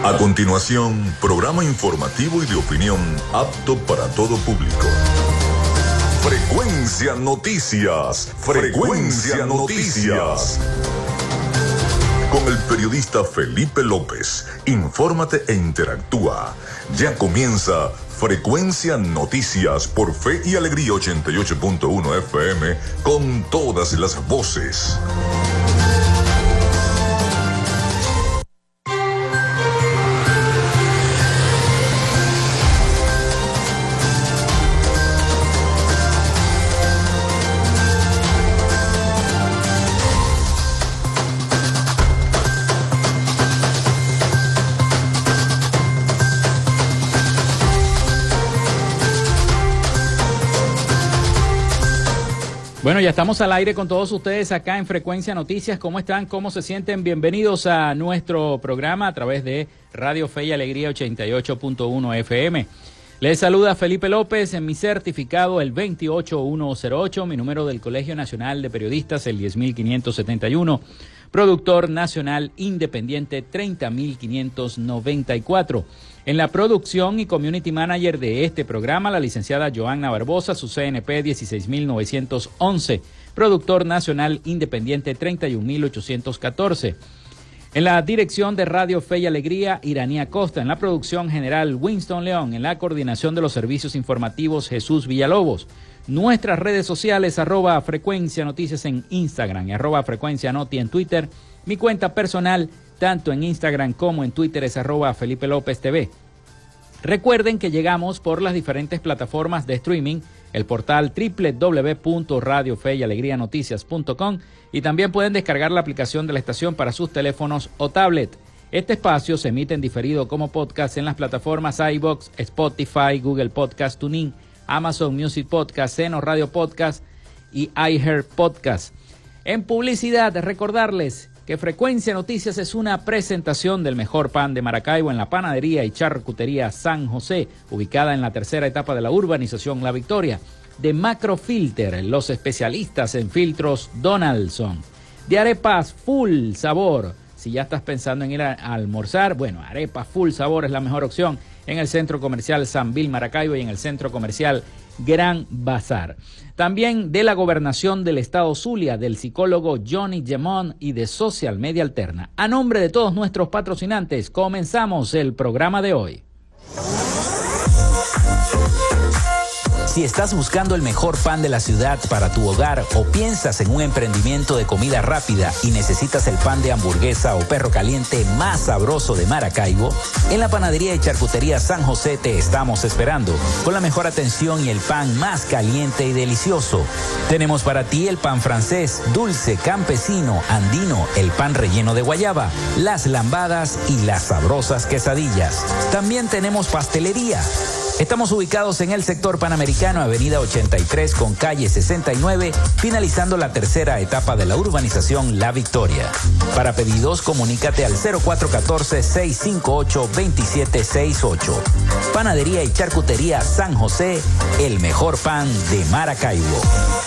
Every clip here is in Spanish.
A continuación, programa informativo y de opinión apto para todo público. Frecuencia Noticias. Frecuencia Noticias. Con el periodista Felipe López. Infórmate e interactúa. Ya comienza Frecuencia Noticias por Fe y Alegría 88.1 FM con todas las voces. Bueno, ya estamos al aire con todos ustedes acá en Frecuencia Noticias. ¿Cómo están? ¿Cómo se sienten? Bienvenidos a nuestro programa a través de Radio Fe y Alegría 88.1 FM. Les saluda Felipe López en mi certificado el 28108, mi número del Colegio Nacional de Periodistas el 10571, productor nacional independiente 30594. En la producción y community manager de este programa, la licenciada Joanna Barbosa, su CNP 16911, productor nacional independiente 31814. En la dirección de Radio Fe y Alegría, Iranía Costa. En la producción general, Winston León. En la coordinación de los servicios informativos, Jesús Villalobos. Nuestras redes sociales, @Frecuencia Noticias en Instagram y @Frecuencia Noti en Twitter. Mi cuenta personal, tanto en Instagram como en Twitter, es @Felipe López TV. Recuerden que llegamos por las diferentes plataformas de streaming, el portal www.radiofeyalegrianoticias.com, y también pueden descargar la aplicación de la estación para sus teléfonos o tablet. Este espacio se emite en diferido como podcast en las plataformas iVoox, Spotify, Google Podcast, TuneIn, Amazon Music Podcast, Seno Radio Podcast y iHeart Podcast. En publicidad, recordarles que Frecuencia Noticias es una presentación del mejor pan de Maracaibo en la panadería y charcutería San José, ubicada en la tercera etapa de la urbanización La Victoria. De Macrofilter, los especialistas en filtros Donaldson. De arepas Full Sabor. Si ya estás pensando en ir a almorzar, bueno, arepas Full Sabor es la mejor opción en el Centro Comercial San Vil Maracaibo y en el Centro Comercial Gran Bazar. También de la Gobernación del Estado Zulia, del psicólogo Johnny Gemón y de Social Media Alterna. A nombre de todos nuestros patrocinantes, comenzamos el programa de hoy. Si estás buscando el mejor pan de la ciudad para tu hogar o piensas en un emprendimiento de comida rápida y necesitas el pan de hamburguesa o perro caliente más sabroso de Maracaibo, en la panadería y charcutería San José te estamos esperando con la mejor atención y el pan más caliente y delicioso. Tenemos para ti el pan francés, dulce, campesino, andino, el pan relleno de guayaba, las lambadas y las sabrosas quesadillas. También tenemos pastelería. Estamos ubicados en el sector Panamericano, avenida 83 con calle 69, finalizando la tercera etapa de la urbanización La Victoria. Para pedidos, comunícate al 0414-658-2768. Panadería y charcutería San José, el mejor pan de Maracaibo.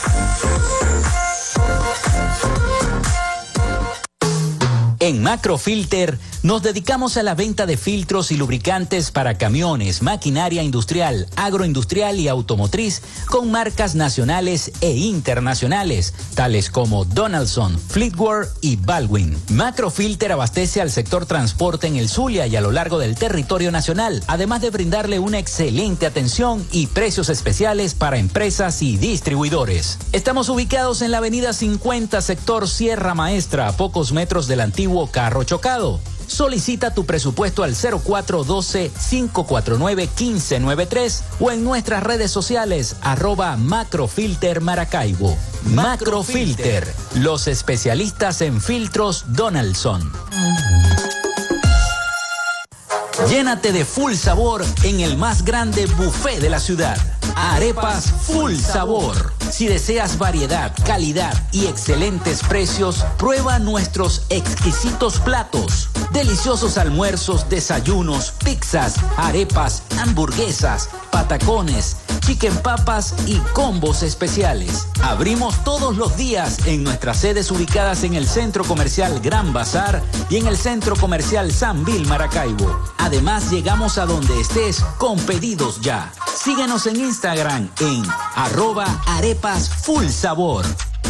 En Macrofilter nos dedicamos a la venta de filtros y lubricantes para camiones, maquinaria industrial, agroindustrial y automotriz con marcas nacionales e internacionales, tales como Donaldson, Fleetwood y Baldwin. Macrofilter abastece al sector transporte en el Zulia y a lo largo del territorio nacional, además de brindarle una excelente atención y precios especiales para empresas y distribuidores. Estamos ubicados en la avenida 50, sector Sierra Maestra, a pocos metros del antiguo Carro Chocado. Solicita tu presupuesto al 0412-549-1593 o en nuestras redes sociales @Macrofilter Maracaibo. Macrofilter, los especialistas en filtros Donaldson. Llénate de full sabor en el más grande buffet de la ciudad. Arepas Full Sabor. Si deseas variedad, calidad y excelentes precios, prueba nuestros exquisitos platos. Deliciosos almuerzos, desayunos, pizzas, arepas, hamburguesas, patacones, chicken papas y combos especiales. Abrimos todos los días en nuestras sedes ubicadas en el Centro Comercial Gran Bazar y en el Centro Comercial San Vil Maracaibo. Además, llegamos a donde estés con pedidos ya. Síguenos en Instagram en @arepasfullsabor.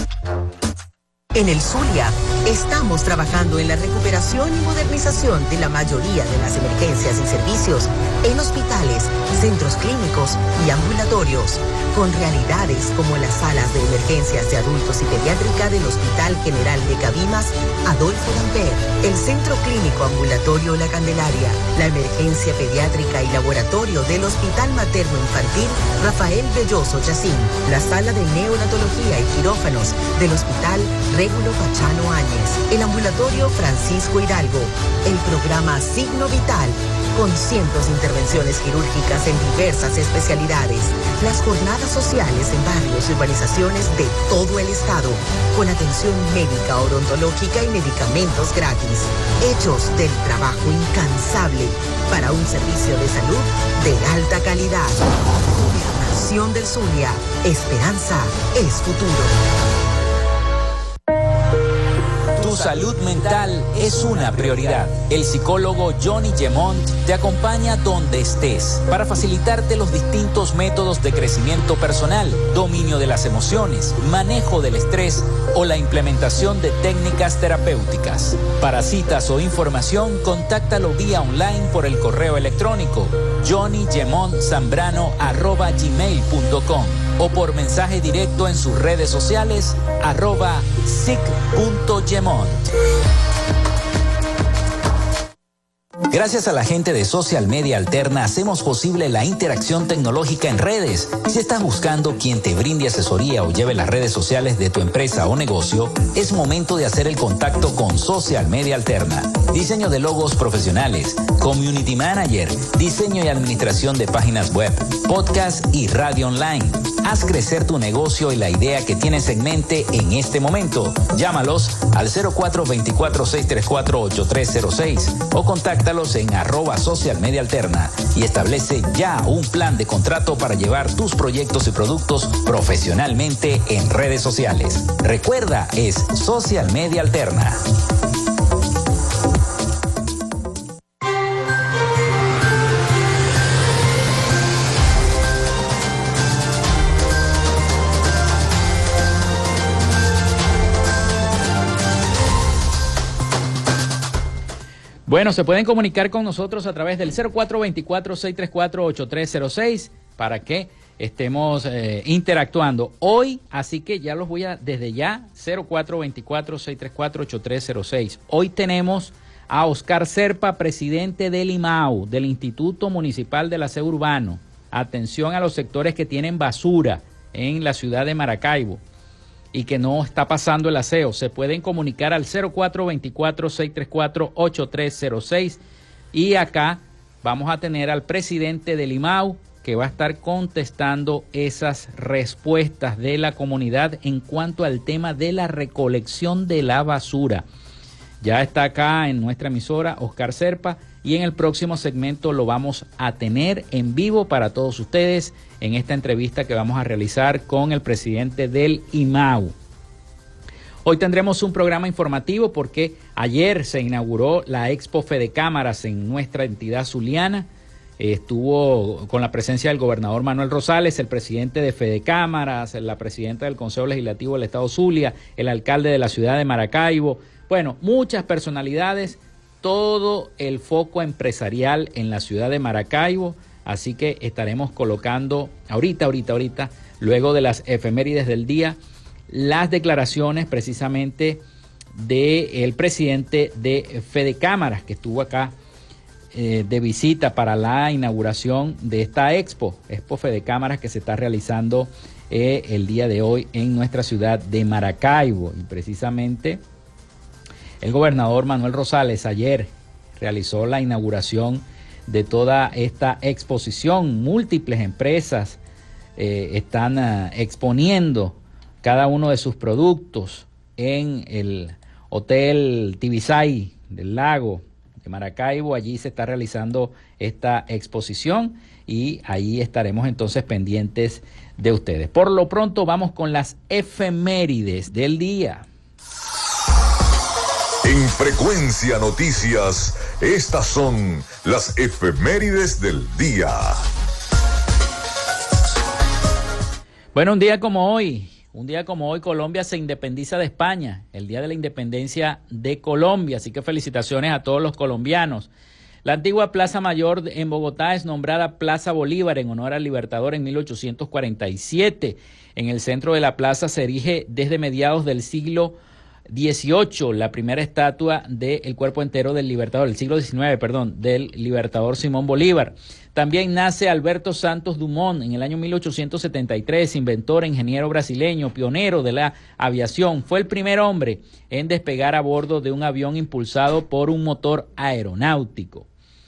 En el Zulia, estamos trabajando en la recuperación y modernización de la mayoría de las emergencias y servicios en hospitales, centros clínicos y ambulatorios, con realidades como las salas de emergencias de adultos y pediátrica del Hospital General de Cabimas, Adolfo Lamper, el Centro Clínico Ambulatorio La Candelaria, la emergencia pediátrica y laboratorio del Hospital Materno Infantil Rafael Belloso Chacín, la sala de neonatología y quirófanos del Hospital Régulo Pachano Áñez, el ambulatorio Francisco Hidalgo, el programa Signo Vital, con cientos de intervenciones quirúrgicas en diversas especialidades, las jornadas sociales en barrios y urbanizaciones de todo el estado, con atención médica, odontológica y medicamentos gratis, hechos del trabajo incansable para un servicio de salud de alta calidad. Gobernación del Zulia, esperanza es futuro. Tu salud mental es una prioridad. El psicólogo Johnny Gemont te acompaña donde estés para facilitarte los distintos métodos de crecimiento personal, dominio de las emociones, manejo del estrés o la implementación de técnicas terapéuticas. Para citas o información, contáctalo vía online por el correo electrónico johnnygemontzambrano@gmail.com o por mensaje directo en sus redes sociales @sic.gemont. Gracias a la gente de Social Media Alterna hacemos posible la interacción tecnológica en redes. Si estás buscando quien te brinde asesoría o lleve las redes sociales de tu empresa o negocio, es momento de hacer el contacto con Social Media Alterna. Diseño de logos profesionales, community manager, diseño y administración de páginas web, podcast y radio online. Haz crecer tu negocio y la idea que tienes en mente en este momento. Llámalos al 0424-634-8306 o contáctalos en @socialmediaalterna y establece ya un plan de contrato para llevar tus proyectos y productos profesionalmente en redes sociales. Recuerda, es Social Media Alterna. Bueno, se pueden comunicar con nosotros a través del 0424-634-8306 para que estemos interactuando hoy, así que ya los voy a, desde ya, 0424-634-8306. Hoy tenemos a Oscar Serpa, presidente del IMAU, del Instituto Municipal del Aseo Urbano. Atención a los sectores que tienen basura en la ciudad de Maracaibo y que no está pasando el aseo. Se pueden comunicar al 0424-634-8306 y acá vamos a tener al presidente del IMAU que va a estar contestando esas respuestas de la comunidad en cuanto al tema de la recolección de la basura. Ya está acá en nuestra emisora Oscar Serpa y en el próximo segmento lo vamos a tener en vivo para todos ustedes en esta entrevista que vamos a realizar con el presidente del IMAU. Hoy tendremos un programa informativo porque ayer se inauguró la Expo Fedecámaras en nuestra entidad zuliana. Estuvo con la presencia del gobernador Manuel Rosales, el presidente de Fedecámaras, la presidenta del Consejo Legislativo del Estado Zulia, el alcalde de la ciudad de Maracaibo. Bueno, muchas personalidades, todo el foco empresarial en la ciudad de Maracaibo, así que estaremos colocando ahorita, luego de las efemérides del día, las declaraciones precisamente del presidente de Fedecámaras, que estuvo acá de visita para la inauguración de esta Expo Fedecámaras que se está realizando el día de hoy en nuestra ciudad de Maracaibo. Y precisamente el gobernador Manuel Rosales ayer realizó la inauguración de toda esta exposición. Múltiples empresas están exponiendo cada uno de sus productos en el Hotel Tibisay del Lago, de Maracaibo. Allí se está realizando esta exposición y ahí estaremos entonces pendientes de ustedes. Por lo pronto vamos con las efemérides del día. En Frecuencia Noticias, estas son las efemérides del día. Bueno, un día como hoy, Colombia se independiza de España, el día de la independencia de Colombia, así que felicitaciones a todos los colombianos. La antigua Plaza Mayor en Bogotá es nombrada Plaza Bolívar en honor al Libertador en 1847. En el centro de la plaza se erige desde mediados del siglo XVIII la primera estatua del cuerpo entero del Libertador, del siglo XIX, perdón, del Libertador Simón Bolívar. También nace Alberto Santos Dumont en el año 1873, inventor, ingeniero brasileño, pionero de la aviación. Fue el primer hombre en despegar a bordo de un avión impulsado por un motor aeronáutico.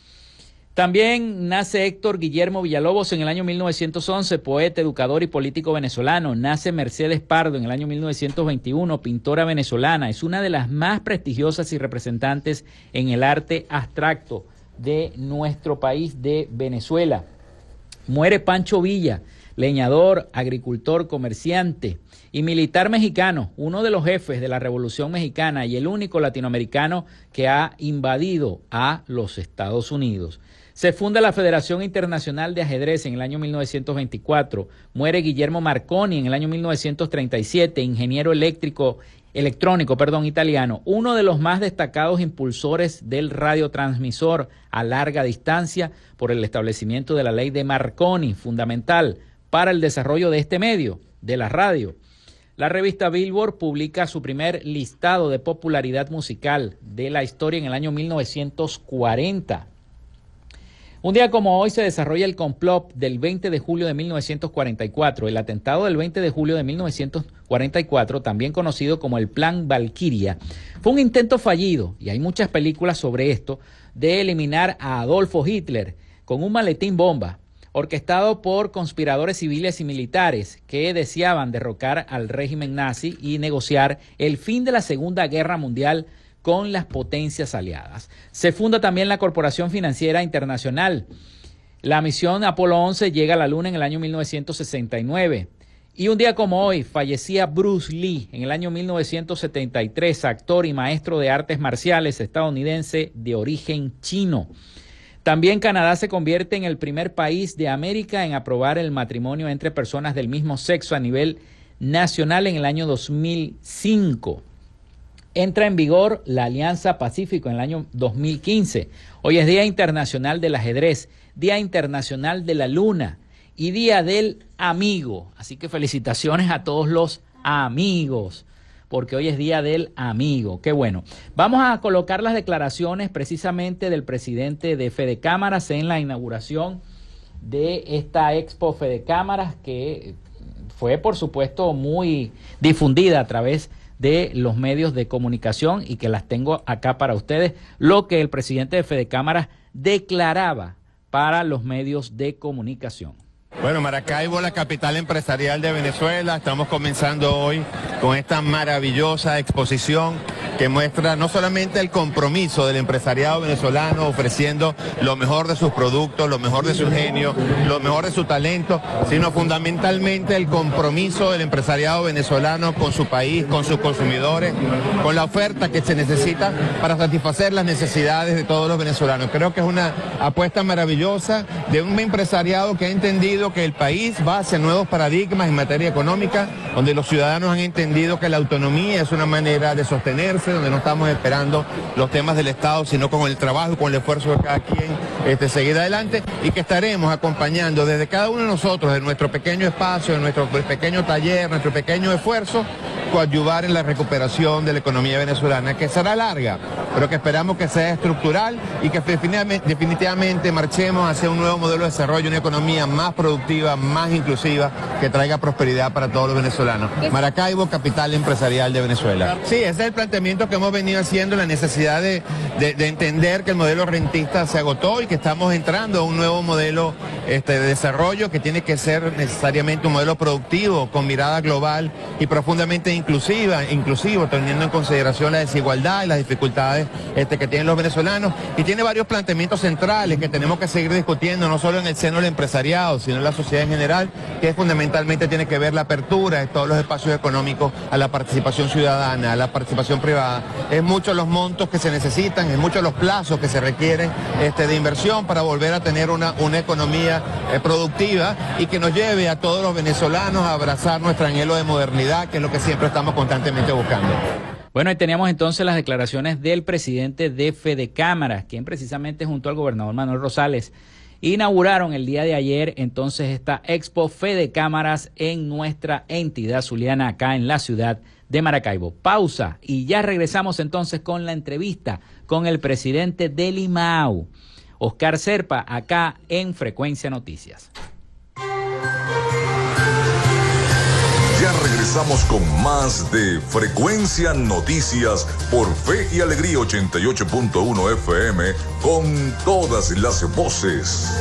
También nace Héctor Guillermo Villalobos en el año 1911, poeta, educador y político venezolano. Nace Mercedes Pardo en el año 1921, pintora venezolana. Es una de las más prestigiosas y representantes en el arte abstracto de nuestro país, de Venezuela. Muere Pancho Villa, leñador, agricultor, comerciante y militar mexicano, uno de los jefes de la Revolución Mexicana y el único latinoamericano que ha invadido a los Estados Unidos. Se funda la Federación Internacional de Ajedrez en el año 1924. Muere Guillermo Marconi en el año 1937, ingeniero electrónico, italiano, uno de los más destacados impulsores del radiotransmisor a larga distancia por el establecimiento de la ley de Marconi, fundamental para el desarrollo de este medio, de la radio. La revista Billboard publica su primer listado de popularidad musical de la historia en el año 1940. Un día como hoy se desarrolla el complot del 20 de julio de 1944. El atentado del 20 de julio de 1944, también conocido como el Plan Valquiria, fue un intento fallido, y hay muchas películas sobre esto, de eliminar a Adolfo Hitler con un maletín bomba, orquestado por conspiradores civiles y militares que deseaban derrocar al régimen nazi y negociar el fin de la Segunda Guerra Mundial con las potencias aliadas. Se funda también la Corporación Financiera Internacional. La misión Apolo 11 llega a la Luna en el año 1969. Y un día como hoy fallecía Bruce Lee en el año 1973, actor y maestro de artes marciales estadounidense de origen chino. También Canadá se convierte en el primer país de América en aprobar el matrimonio entre personas del mismo sexo a nivel nacional en el año 2005. Entra en vigor la Alianza Pacífico en el año 2015. Hoy es Día Internacional del Ajedrez, Día Internacional de la Luna y Día del Amigo. Así que felicitaciones a todos los amigos, porque hoy es Día del Amigo. Qué bueno. Vamos a colocar las declaraciones precisamente del presidente de Fedecámaras en la inauguración de esta Expo Fedecámaras, que fue, por supuesto, muy difundida a través de los medios de comunicación y que las tengo acá para ustedes, lo que el presidente de Fedecámaras declaraba para los medios de comunicación. Bueno, Maracaibo, la capital empresarial de Venezuela, estamos comenzando hoy con esta maravillosa exposición que muestra no solamente el compromiso del empresariado venezolano ofreciendo lo mejor de sus productos, lo mejor de su genio, lo mejor de su talento, sino fundamentalmente el compromiso del empresariado venezolano con su país, con sus consumidores, con la oferta que se necesita para satisfacer las necesidades de todos los venezolanos. Creo que es una apuesta maravillosa de un empresariado que ha entendido que el país va hacia nuevos paradigmas en materia económica, donde los ciudadanos han entendido que la autonomía es una manera de sostenerse, donde no estamos esperando los temas del Estado, sino con el trabajo y con el esfuerzo de cada quien seguir adelante, y que estaremos acompañando desde cada uno de nosotros, de nuestro pequeño espacio, de nuestro pequeño taller, nuestro pequeño esfuerzo, coadyuvar en la recuperación de la economía venezolana, que será larga, pero que esperamos que sea estructural y que definitivamente marchemos hacia un nuevo modelo de desarrollo, una economía más productiva, más inclusiva, que traiga prosperidad para todos los venezolanos. Maracaibo, capital empresarial de Venezuela. Sí, ese es el planteamiento que hemos venido haciendo, la necesidad de entender que el modelo rentista se agotó y que estamos entrando a un nuevo modelo de desarrollo que tiene que ser necesariamente un modelo productivo, con mirada global y profundamente inclusivo, teniendo en consideración la desigualdad y las dificultades que tienen los venezolanos, y tiene varios planteamientos centrales que tenemos que seguir discutiendo, no solo en el seno del empresariado, sino en la sociedad en general, que fundamentalmente tiene que ver la apertura de todos los espacios económicos a la participación ciudadana, a la participación privada. Es muchos los montos que se necesitan, es muchos los plazos que se requieren de inversión para volver a tener una economía productiva y que nos lleve a todos los venezolanos a abrazar nuestro anhelo de modernidad, que es lo que siempre estamos constantemente buscando. Bueno, y teníamos entonces las declaraciones del presidente de Fedecámaras, quien precisamente junto al gobernador Manuel Rosales inauguraron el día de ayer entonces esta Expo Fedecámaras en nuestra entidad zuliana acá en la ciudad de Maracaibo. Pausa y ya regresamos entonces con la entrevista con el presidente del IMAU, Oscar Serpa, acá en Frecuencia Noticias. Ya regresamos con más de Frecuencia Noticias por Fe y Alegría 88.1 FM con todas las voces.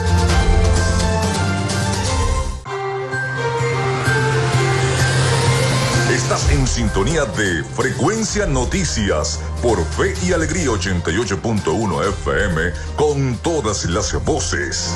Estás en sintonía de Frecuencia Noticias por Fe y Alegría 88.1 FM con todas las voces.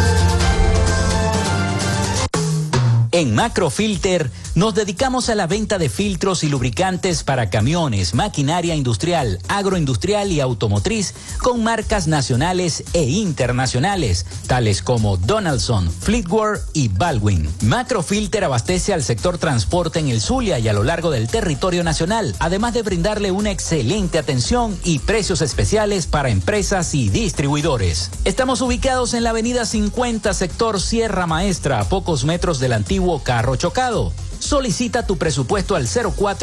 En Macrofilter nos dedicamos a la venta de filtros y lubricantes para camiones, maquinaria industrial, agroindustrial y automotriz con marcas nacionales e internacionales, tales como Donaldson, Fleetwood y Baldwin. Macrofilter abastece al sector transporte en el Zulia y a lo largo del territorio nacional, además de brindarle una excelente atención y precios especiales para empresas y distribuidores. Estamos ubicados en la avenida 50, sector Sierra Maestra, a pocos metros del antiguo Carro Chocado. Solicita tu presupuesto al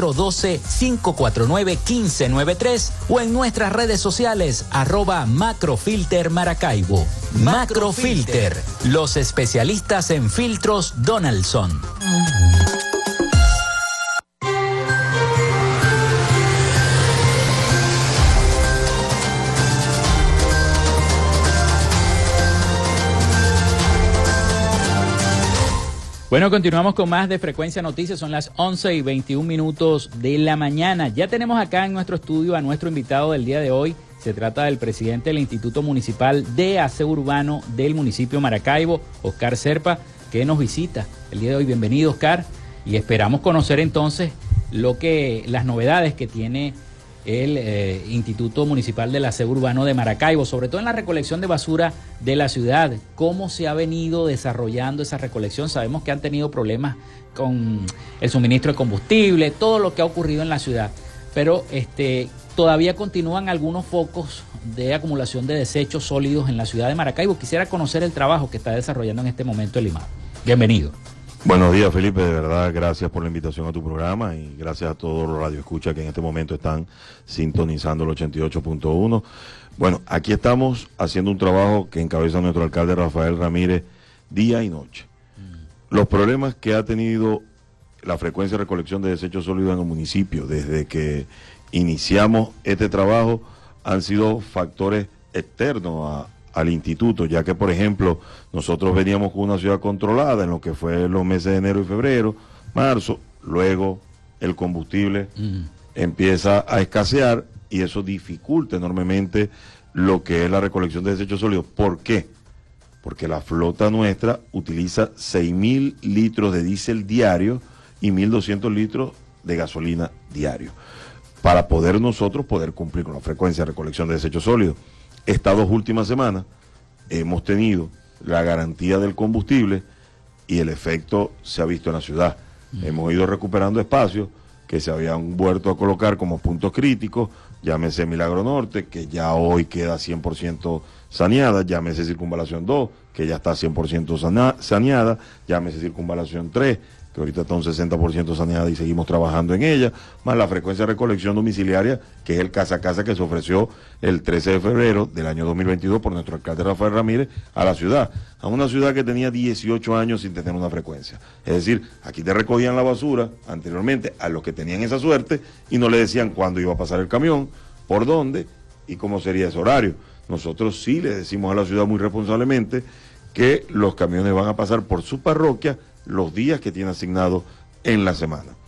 0412-549-1593 o en nuestras redes sociales @Macrofilter Maracaibo. Macrofilter, los especialistas en filtros Donaldson. Bueno, continuamos con más de Frecuencia Noticias, son las 11:21 de la mañana. Ya tenemos acá en nuestro estudio a nuestro invitado del día de hoy. Se trata del presidente del Instituto Municipal de Aseo Urbano del municipio Maracaibo, Oscar Serpa, que nos visita el día de hoy. Bienvenido, Oscar, y esperamos conocer entonces las novedades que tiene el Instituto Municipal del Aseo Urbano de Maracaibo, sobre todo en la recolección de basura de la ciudad. ¿Cómo se ha venido desarrollando esa recolección? Sabemos que han tenido problemas con el suministro de combustible, todo lo que ha ocurrido en la ciudad, pero todavía continúan algunos focos de acumulación de desechos sólidos en la ciudad de Maracaibo. Quisiera conocer el trabajo que está desarrollando en este momento el IMAU. Bienvenido. Buenos días, Felipe, de verdad gracias por la invitación a tu programa y gracias a todos los radioescuchas que en este momento están sintonizando el 88.1. Bueno, aquí estamos haciendo un trabajo que encabeza nuestro alcalde Rafael Ramírez día y noche. Los problemas que ha tenido la frecuencia de recolección de desechos sólidos en el municipio desde que iniciamos este trabajo han sido factores externos al instituto, ya que, por ejemplo, nosotros veníamos con una ciudad controlada en lo que fue los meses de enero y febrero, marzo, luego el combustible empieza a escasear y eso dificulta enormemente lo que es la recolección de desechos sólidos. ¿Por qué? Porque la flota nuestra utiliza 6.000 litros de diésel diario y 1.200 litros de gasolina diario para nosotros poder cumplir con la frecuencia de recolección de desechos sólidos. Estas 2 últimas semanas hemos tenido la garantía del combustible y el efecto se ha visto en la ciudad. Hemos ido recuperando espacios que se habían vuelto a colocar como puntos críticos, llámese Milagro Norte, que ya hoy queda 100% saneada, llámese Circunvalación 2, que ya está 100% saneada, llámese Circunvalación 3, que ahorita está un 60% saneada y seguimos trabajando en ella, más la frecuencia de recolección domiciliaria, que es el casa a casa que se ofreció el 13 de febrero del año 2022 por nuestro alcalde Rafael Ramírez a la ciudad, a una ciudad que tenía 18 años sin tener una frecuencia. Es decir, aquí te recogían la basura anteriormente a los que tenían esa suerte y no le decían cuándo iba a pasar el camión, por dónde y cómo sería ese horario. Nosotros sí le decimos a la ciudad muy responsablemente que los camiones van a pasar por su parroquia los días que tiene asignado en la semana.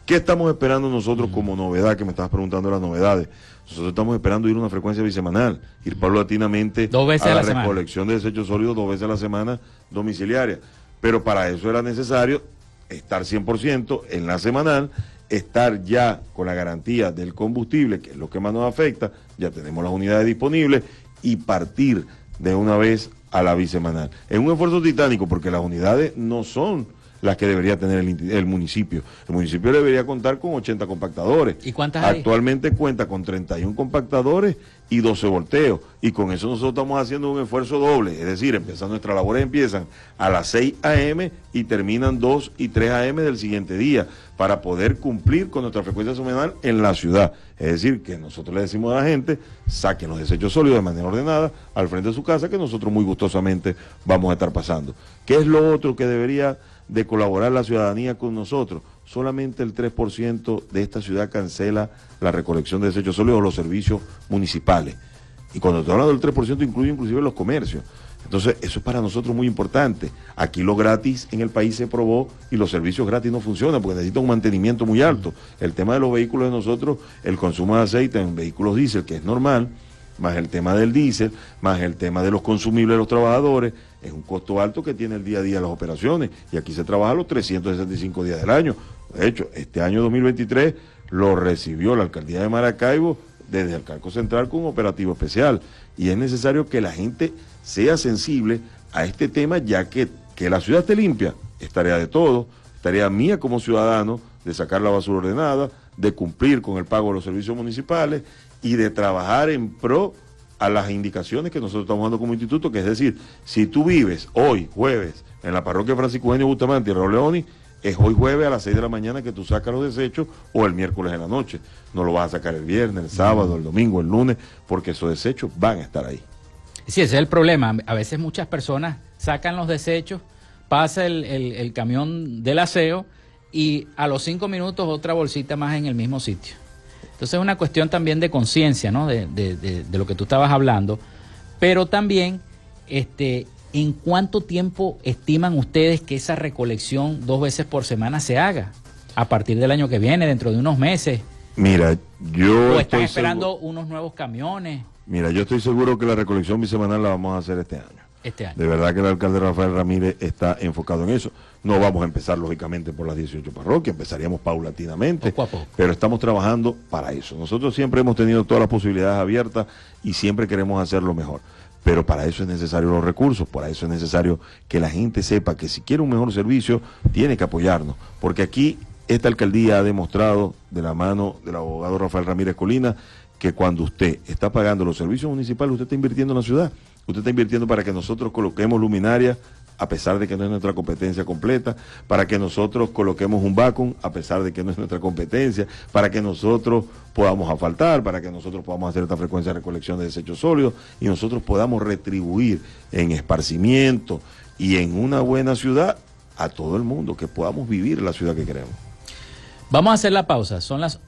¿Qué estamos esperando nosotros como novedad? Que me estabas preguntando las novedades. Nosotros estamos esperando ir a una frecuencia bisemanal, ir paulatinamente 2 veces a la semana. recolección de desechos sólidos 2 veces a la semana domiciliaria. Pero para eso era necesario estar 100% en la semanal, estar ya con la garantía del combustible, que es lo que más nos afecta, ya tenemos las unidades disponibles, y partir de una vez a la bisemanal. Es un esfuerzo titánico porque las unidades no son las que debería tener el municipio. El municipio debería contar con 80 compactadores. ¿Y cuántas hay? Actualmente cuenta con 31 compactadores y 12 volteos. Y con eso nosotros estamos haciendo un esfuerzo doble. Es decir, nuestras labores empiezan a las 6 a.m. y terminan 2 y 3 a.m. del siguiente día para poder cumplir con nuestra frecuencia semanal en la ciudad. Es decir, que nosotros le decimos a la gente, saquen los desechos sólidos de manera ordenada al frente de su casa, que nosotros muy gustosamente vamos a estar pasando. ¿Qué es lo otro que debería de colaborar la ciudadanía con nosotros? Solamente el 3% de esta ciudad cancela la recolección de desechos sólidos o los servicios municipales. Y cuando estoy hablando del 3% incluye inclusive los comercios. Entonces, eso es para nosotros muy importante. Aquí lo gratis en el país se probó y los servicios gratis no funcionan porque necesitan un mantenimiento muy alto. El tema de los vehículos de nosotros, el consumo de aceite en vehículos diésel, que es normal, más el tema del diésel, más el tema de los consumibles de los trabajadores, es un costo alto que tiene el día a día las operaciones, y aquí se trabaja los 365 días del año. De hecho, este año 2023 lo recibió la alcaldía de Maracaibo desde el Calco Central con un operativo especial, y es necesario que la gente sea sensible a este tema, ya que la ciudad esté limpia es tarea de todos, es tarea mía como ciudadano de sacar la basura ordenada, de cumplir con el pago de los servicios municipales y de trabajar en pro a las indicaciones que nosotros estamos dando como instituto, que es decir, si tú vives hoy, jueves, en la parroquia Francisco Eugenio Bustamante y Raúl Leoni, es hoy jueves a las 6 de la mañana que tú sacas los desechos, o el miércoles en la noche. No lo vas a sacar el viernes, el sábado, el domingo, el lunes, porque esos desechos van a estar ahí. Sí, ese es el problema. A veces muchas personas sacan los desechos, pasa el camión del aseo y a los 5 minutos otra bolsita más en el mismo sitio. Entonces es una cuestión también de conciencia, ¿no? De lo que tú estabas hablando, pero también ¿en cuánto tiempo estiman ustedes que esa recolección 2 veces por semana se haga? A partir del año que viene, dentro de unos meses. Mira, yo ¿O están esperando unos nuevos camiones? Mira, yo estoy seguro que la recolección bisemanal la vamos a hacer este año. Este año. De verdad que el alcalde Rafael Ramírez está enfocado en eso. No vamos a empezar, lógicamente, por las 18 parroquias, empezaríamos paulatinamente, poco a poco. Pero estamos trabajando para eso. Nosotros siempre hemos tenido todas las posibilidades abiertas y siempre queremos hacerlo mejor. Pero para eso es necesario los recursos, para eso es necesario que la gente sepa que si quiere un mejor servicio, tiene que apoyarnos. Porque aquí esta alcaldía ha demostrado, de la mano del abogado Rafael Ramírez Colina, que cuando usted está pagando los servicios municipales, usted está invirtiendo en la ciudad. Usted está invirtiendo para que nosotros coloquemos luminarias, a pesar de que no es nuestra competencia completa, para que nosotros coloquemos un vacuum, a pesar de que no es nuestra competencia, para que nosotros podamos asfaltar, para que nosotros podamos hacer esta frecuencia de recolección de desechos sólidos y nosotros podamos retribuir en esparcimiento y en una buena ciudad a todo el mundo, que podamos vivir la ciudad que queremos. Vamos a hacer la pausa, son las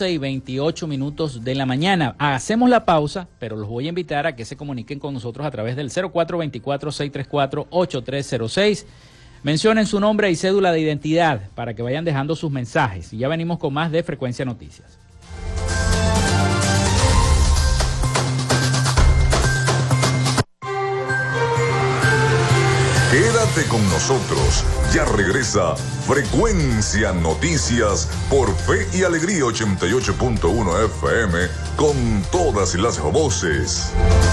11:28 de la mañana. Hacemos la pausa, pero los voy a invitar a que se comuniquen con nosotros a través del 0424-634-8306. Mencionen su nombre y cédula de identidad para que vayan dejando sus mensajes. Y ya venimos con más de Frecuencia Noticias. Quédate con nosotros, ya regresa Frecuencia Noticias por Fe y Alegría 88.1 FM con todas las voces.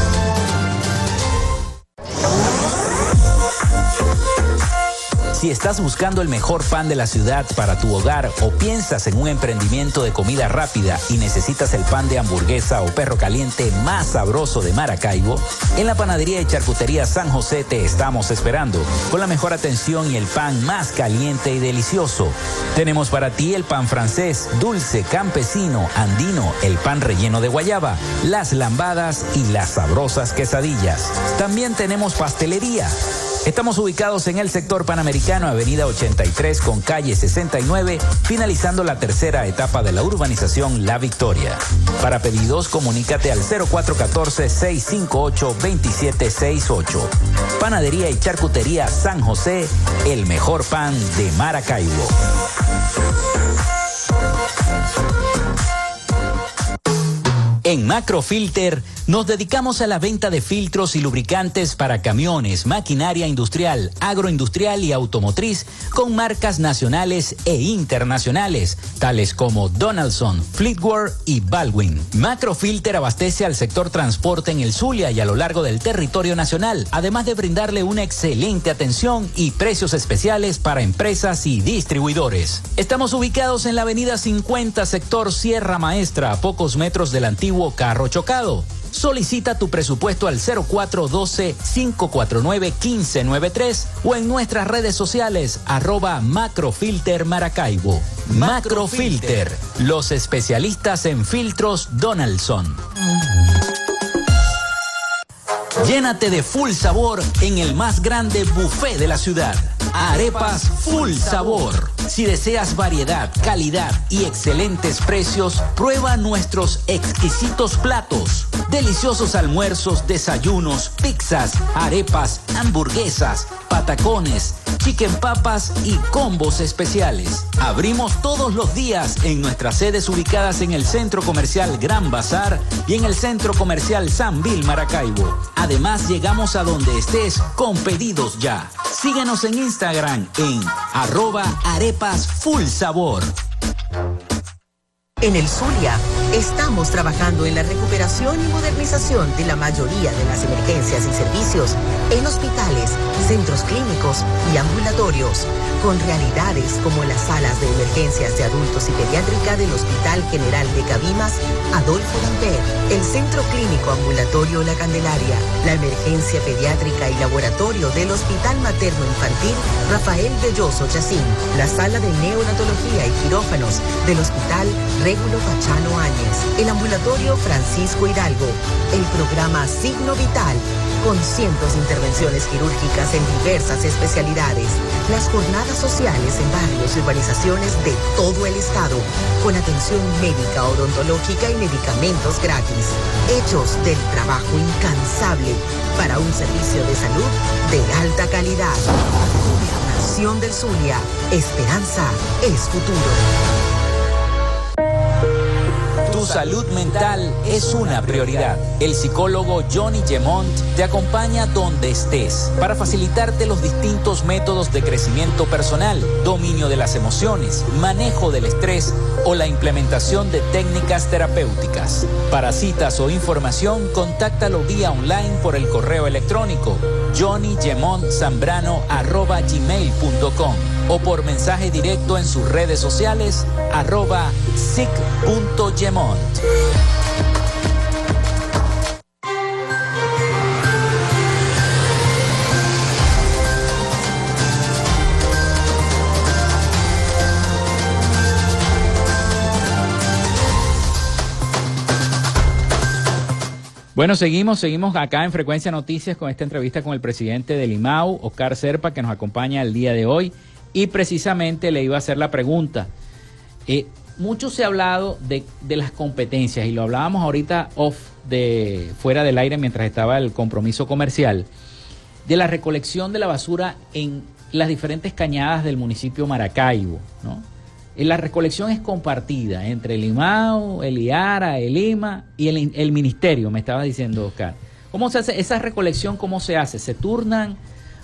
Si estás buscando el mejor pan de la ciudad para tu hogar o piensas en un emprendimiento de comida rápida y necesitas el pan de hamburguesa o perro caliente más sabroso de Maracaibo, en la panadería y charcutería San José te estamos esperando con la mejor atención y el pan más caliente y delicioso. Tenemos para ti el pan francés, dulce, campesino, andino, el pan relleno de guayaba, las lambadas y las sabrosas quesadillas. También tenemos pastelería. Estamos ubicados en el sector Panamericano, avenida 83 con calle 69, finalizando la tercera etapa de la urbanización La Victoria. Para pedidos, comunícate al 0414-658-2768. Panadería y charcutería San José, el mejor pan de Maracaibo. En Macrofilter nos dedicamos a la venta de filtros y lubricantes para camiones, maquinaria industrial, agroindustrial y automotriz con marcas nacionales e internacionales, tales como Donaldson, Fleetwood y Baldwin. Macrofilter abastece al sector transporte en el Zulia y a lo largo del territorio nacional, además de brindarle una excelente atención y precios especiales para empresas y distribuidores. Estamos ubicados en la avenida 50, sector Sierra Maestra, a pocos metros del antiguo carro chocado. Solicita tu presupuesto al 0412-549-1593 o en nuestras redes sociales @Macrofilter Maracaibo. Macrofilter, los especialistas en filtros Donaldson. Llénate de full sabor en el más grande buffet de la ciudad. Arepas Full Sabor. Si deseas variedad, calidad y excelentes precios, prueba nuestros exquisitos platos. Deliciosos almuerzos, desayunos, pizzas, arepas, hamburguesas, patacones, chicken papas y combos especiales. Abrimos todos los días en nuestras sedes ubicadas en el Centro Comercial Gran Bazar y en el Centro Comercial San Vil Maracaibo. Además, llegamos a donde estés con pedidos ya. Síguenos en Instagram en @arepasfullsabor. En el Zulia, estamos trabajando en la recuperación y modernización de la mayoría de las emergencias y servicios en hospitales, centros clínicos y ambulatorios, con realidades como las salas de emergencias de adultos y pediátrica del Hospital General de Cabimas, Adolfo Damper, el Centro Clínico Ambulatorio La Candelaria, la emergencia pediátrica y laboratorio del Hospital Materno Infantil Rafael Belloso Chacín, la sala de neonatología y quirófanos del Hospital Régulo Pachano Áñez, el ambulatorio Francisco Hidalgo, el programa Signo Vital, con cientos de intervenciones quirúrgicas en diversas especialidades, las jornadas sociales en barrios y urbanizaciones de todo el estado, con atención médica, odontológica y medicamentos gratis, hechos del trabajo incansable para un servicio de salud de alta calidad. Gobernación del Zulia, esperanza es futuro. Tu salud mental es una prioridad. El psicólogo Johnny Gemont te acompaña donde estés para facilitarte los distintos métodos de crecimiento personal, dominio de las emociones, manejo del estrés o la implementación de técnicas terapéuticas. Para citas o información, contáctalo vía online por el correo electrónico johnnygemontzambrano@gmail.com o por mensaje directo en sus redes sociales @sic.gemont. Bueno, seguimos acá en Frecuencia Noticias con esta entrevista con el presidente del IMAU, Oscar Serpa, que nos acompaña el día de hoy. Y precisamente le iba a hacer la pregunta. Mucho se ha hablado de las competencias y lo hablábamos ahorita fuera del aire mientras estaba el compromiso comercial, de la recolección de la basura en las diferentes cañadas del municipio Maracaibo, ¿no? La recolección es compartida entre el IMAU, el IARA, el IMA y el ministerio, me estaba diciendo Oscar. ¿Cómo se hace esa recolección? ¿Cómo se hace? ¿Se turnan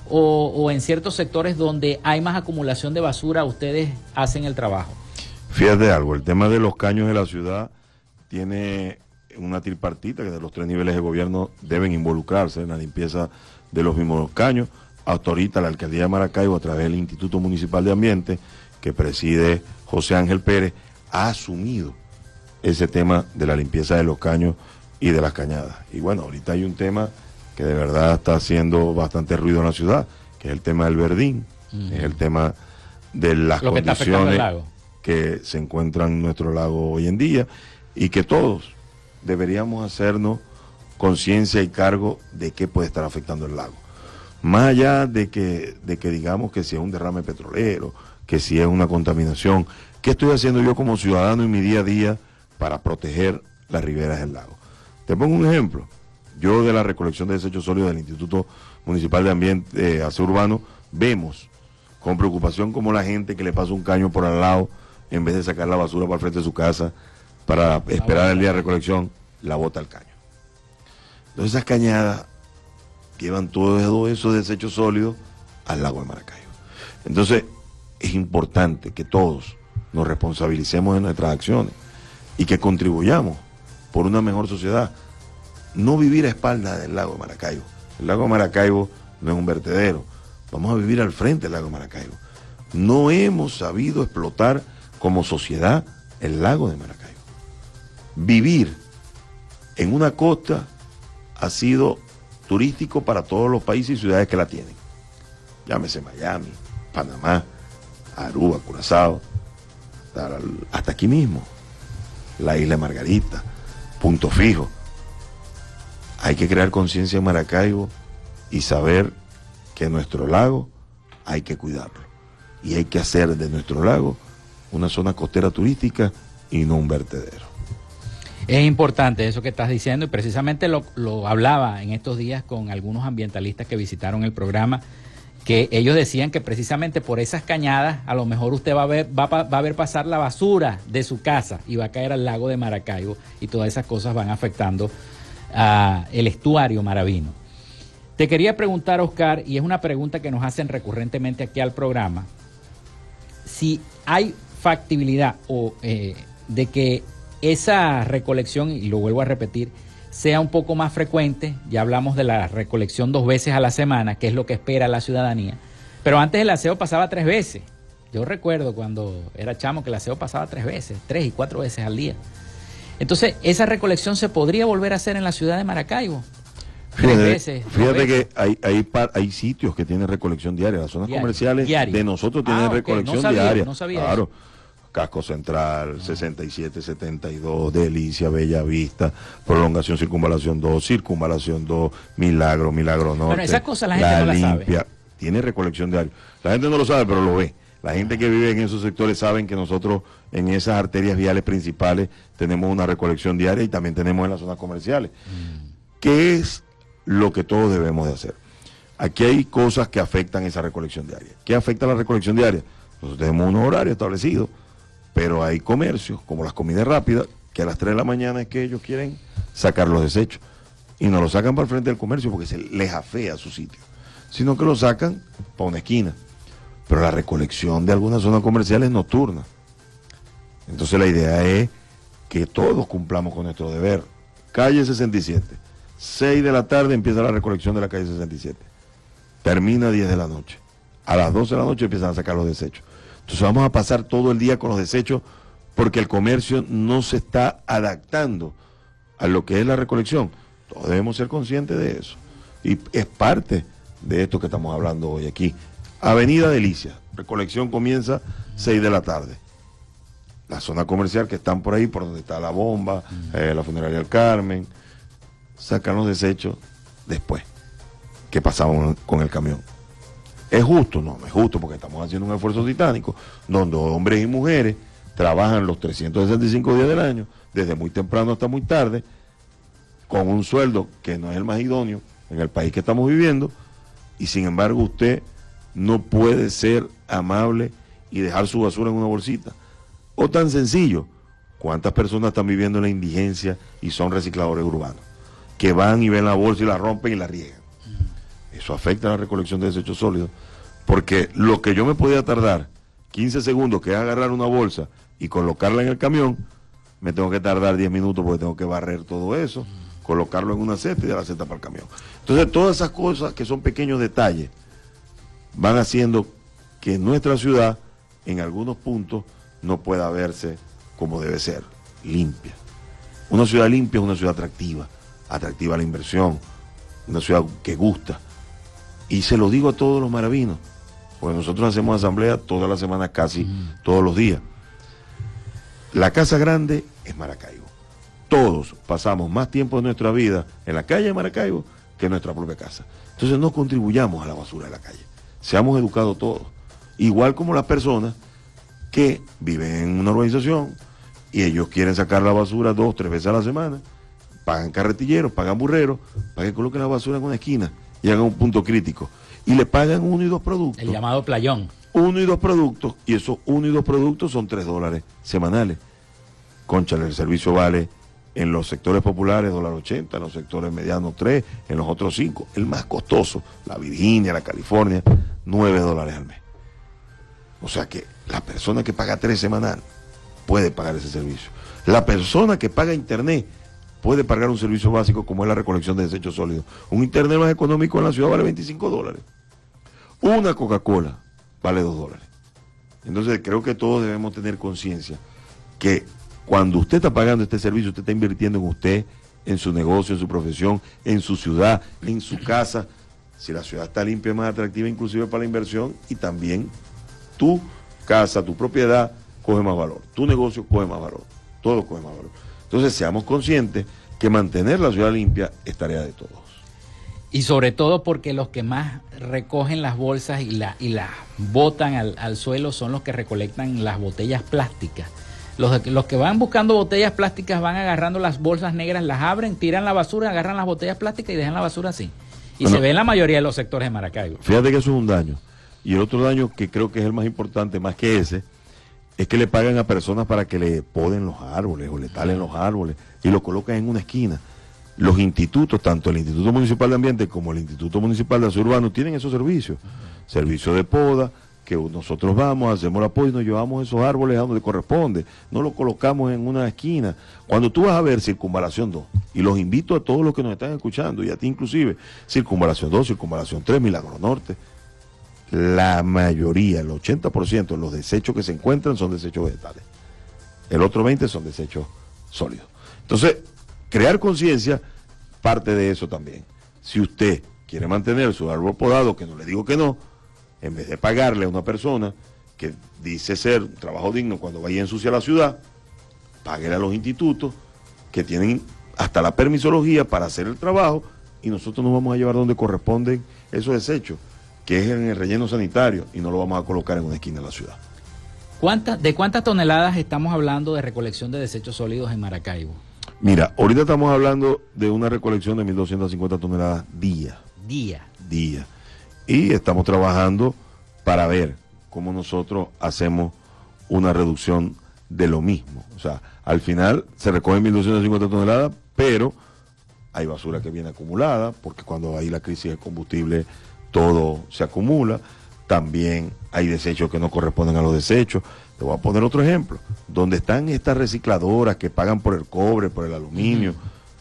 o en ciertos sectores donde hay más acumulación de basura ustedes hacen el trabajo? Fíjate algo, el tema de los caños de la ciudad tiene una tripartita que de los 3 niveles de gobierno deben involucrarse en la limpieza de los mismos caños. Hasta ahorita la Alcaldía de Maracaibo, a través del Instituto Municipal de Ambiente, que preside José Ángel Pérez, ha asumido ese tema de la limpieza de los caños y de las cañadas. Y bueno, ahorita hay un tema que de verdad está haciendo bastante ruido en la ciudad, que es el tema del verdín, es el tema de las condiciones que se encuentran en nuestro lago hoy en día, y que todos deberíamos hacernos conciencia y cargo de qué puede estar afectando el lago. Más allá de que digamos que si es un derrame petrolero, que si es una contaminación, ¿qué estoy haciendo yo como ciudadano en mi día a día para proteger las riberas del lago? Te pongo un ejemplo. Yo, de la recolección de desechos sólidos del Instituto Municipal de Ambiente Aseo Urbano, vemos con preocupación como la gente que le pasa un caño por al lado, en vez de sacar la basura para el frente de su casa para esperar el día de recolección, la bota al caño. Entonces esas cañadas llevan todos esos desechos sólidos al lago de Maracaibo. Entonces es importante que todos nos responsabilicemos de nuestras acciones y que contribuyamos por una mejor sociedad. No vivir a espaldas del lago de Maracaibo. El lago de Maracaibo no es un vertedero. Vamos a vivir al frente del lago de Maracaibo. No hemos sabido explotar como sociedad el lago de Maracaibo. Vivir en una costa ha sido turístico para todos los países y ciudades que la tienen. Llámese Miami, Panamá, Aruba, Curazao, hasta aquí mismo, la isla de Margarita, Punto Fijo. Hay que crear conciencia en Maracaibo y saber que nuestro lago hay que cuidarlo. Y hay que hacer de nuestro lago una zona costera turística y no un vertedero. Es importante eso que estás diciendo y precisamente lo hablaba en estos días con algunos ambientalistas que visitaron el programa, que ellos decían que precisamente por esas cañadas a lo mejor usted va a ver pasar la basura de su casa y va a caer al lago de Maracaibo y todas esas cosas van afectando el estuario maravino. Te quería preguntar, Oscar, y es una pregunta que nos hacen recurrentemente aquí al programa, si hay factibilidad de que esa recolección, y lo vuelvo a repetir, sea un poco más frecuente. Ya hablamos de la recolección 2 veces a la semana, que es lo que espera la ciudadanía, pero antes el aseo pasaba 3 veces. Yo recuerdo cuando era chamo que el aseo pasaba 3 veces, 3 y 4 veces al día. Entonces, esa recolección se podría volver a hacer en la ciudad de Maracaibo. Fíjate que hay sitios que tienen recolección diaria. Las zonas comerciales de nosotros tienen recolección diaria. No sabía claro. Eso. Casco Central, 67, 72, Delicia, Bella Vista, Prolongación Circunvalación 2, Circunvalación 2, Milagro Norte. Bueno, esas cosas la gente no las sabe. Tiene recolección diaria. La gente no lo sabe, pero lo ve. La gente que vive en esos sectores saben que nosotros en esas arterias viales principales tenemos una recolección diaria y también tenemos en las zonas comerciales. ¿Qué es lo que todos debemos de hacer? Aquí hay cosas que afectan esa recolección diaria. ¿Qué afecta la recolección diaria? Nosotros tenemos unos horarios establecidos, pero hay comercios, como las comidas rápidas, que a las 3 de la mañana es que ellos quieren sacar los desechos. Y no lo sacan para el frente del comercio porque se les afea su sitio, sino que lo sacan para una esquina. Pero la recolección de algunas zonas comerciales es nocturna. Entonces la idea es que todos cumplamos con nuestro deber. Calle 67, 6 de la tarde empieza la recolección de la calle 67. Termina a 10 de la noche. A las 12 de la noche empiezan a sacar los desechos. Entonces vamos a pasar todo el día con los desechos porque el comercio no se está adaptando a lo que es la recolección. Todos debemos ser conscientes de eso. Y es parte de esto que estamos hablando hoy aquí. Avenida Delicia, recolección comienza 6 de la tarde. La zona comercial que están por ahí, por donde está la bomba, la funeraria del Carmen, sacan los desechos después que pasamos con el camión. ¿Es justo? No, no es justo porque estamos haciendo un esfuerzo titánico donde hombres y mujeres trabajan los 365 días del año, desde muy temprano hasta muy tarde, con un sueldo que no es el más idóneo en el país que estamos viviendo, y sin embargo usted no puede ser amable y dejar su basura en una bolsita. O tan sencillo, ¿cuántas personas están viviendo en la indigencia y son recicladores urbanos? Que van y ven la bolsa y la rompen y la riegan. Eso afecta a la recolección de desechos sólidos, porque lo que yo me podía tardar 15 segundos, que es agarrar una bolsa y colocarla en el camión, me tengo que tardar 10 minutos porque tengo que barrer todo eso, colocarlo en una cesta y de la cesta para el camión. Entonces todas esas cosas que son pequeños detalles van haciendo que nuestra ciudad en algunos puntos no pueda verse como debe ser, limpia. Una ciudad limpia es una ciudad atractiva a la inversión, una ciudad que gusta. Y se lo digo a todos los maravinos, porque nosotros hacemos asamblea toda la semana, casi todos los días. La casa grande es Maracaibo. Todos pasamos más tiempo de nuestra vida en la calle de Maracaibo que en nuestra propia casa. Entonces no contribuyamos a la basura de la calle. Seamos educados todos. Igual como las personas que viven en una urbanización y ellos quieren sacar la basura 2 o 3 veces a la semana, pagan carretilleros, pagan burreros, para que coloquen la basura en una esquina y hagan un punto crítico. Y le pagan 1 y 2 productos. El llamado playón. 1 y 2 productos, y esos 1 y 2 productos son $3 semanales. Cónchale, el servicio vale en los sectores populares $1.80, en los sectores medianos 3, en los otros 5. El más costoso, la Virginia, la California, $9 al mes. O sea que la persona que paga 3 semanal puede pagar ese servicio. La persona que paga internet puede pagar un servicio básico como es la recolección de desechos sólidos. Un internet más económico en la ciudad vale $25. Una Coca-Cola vale $2. Entonces creo que todos debemos tener conciencia que cuando usted está pagando este servicio, usted está invirtiendo en usted, en su negocio, en su profesión, en su ciudad, en su casa. Si la ciudad está limpia, es más atractiva inclusive para la inversión, y también tu casa, tu propiedad coge más valor, tu negocio coge más valor, todo coge más valor. Entonces seamos conscientes que mantener la ciudad limpia es tarea de todos. Y sobre todo porque los que más recogen las bolsas y las botan al suelo son los que recolectan las botellas plásticas. Los que van buscando botellas plásticas van agarrando las bolsas negras, las abren, tiran la basura, agarran las botellas plásticas y dejan la basura así. Y bueno, se ve en la mayoría de los sectores de Maracaibo. Fíjate que eso es un daño. Y el otro daño que creo que es el más importante, más que ese, es que le pagan a personas para que le poden los árboles o le talen los árboles y lo colocan en una esquina. Los institutos, tanto el Instituto Municipal de Ambiente como el Instituto Municipal de Aseo Urbano, tienen esos servicios. Servicio de poda, que nosotros vamos, hacemos el apoyo y nos llevamos esos árboles a donde corresponde, no los colocamos en una esquina. Cuando tú vas a ver Circunvalación 2, y los invito a todos los que nos están escuchando, y a ti inclusive, Circunvalación 2, Circunvalación 3, Milagro Norte, la mayoría, el 80% de los desechos que se encuentran son desechos vegetales. El otro 20% son desechos sólidos. Entonces, crear conciencia parte de eso también. Si usted quiere mantener su árbol podado, que no le digo que no, en vez de pagarle a una persona que dice ser un trabajo digno cuando vaya a ensuciar la ciudad, páguele a los institutos que tienen hasta la permisología para hacer el trabajo, y nosotros nos vamos a llevar donde corresponden esos desechos, que es en el relleno sanitario, y no lo vamos a colocar en una esquina de la ciudad. ¿De cuántas toneladas estamos hablando de recolección de desechos sólidos en Maracaibo? Mira, ahorita estamos hablando de una recolección de 1.250 toneladas día. Y estamos trabajando para ver cómo nosotros hacemos una reducción de lo mismo. O sea, al final se recogen 1.250 toneladas, pero hay basura que viene acumulada, porque cuando hay la crisis de combustible todo se acumula. También hay desechos que no corresponden a los desechos. Te voy a poner otro ejemplo. Donde están estas recicladoras que pagan por el cobre, por el aluminio.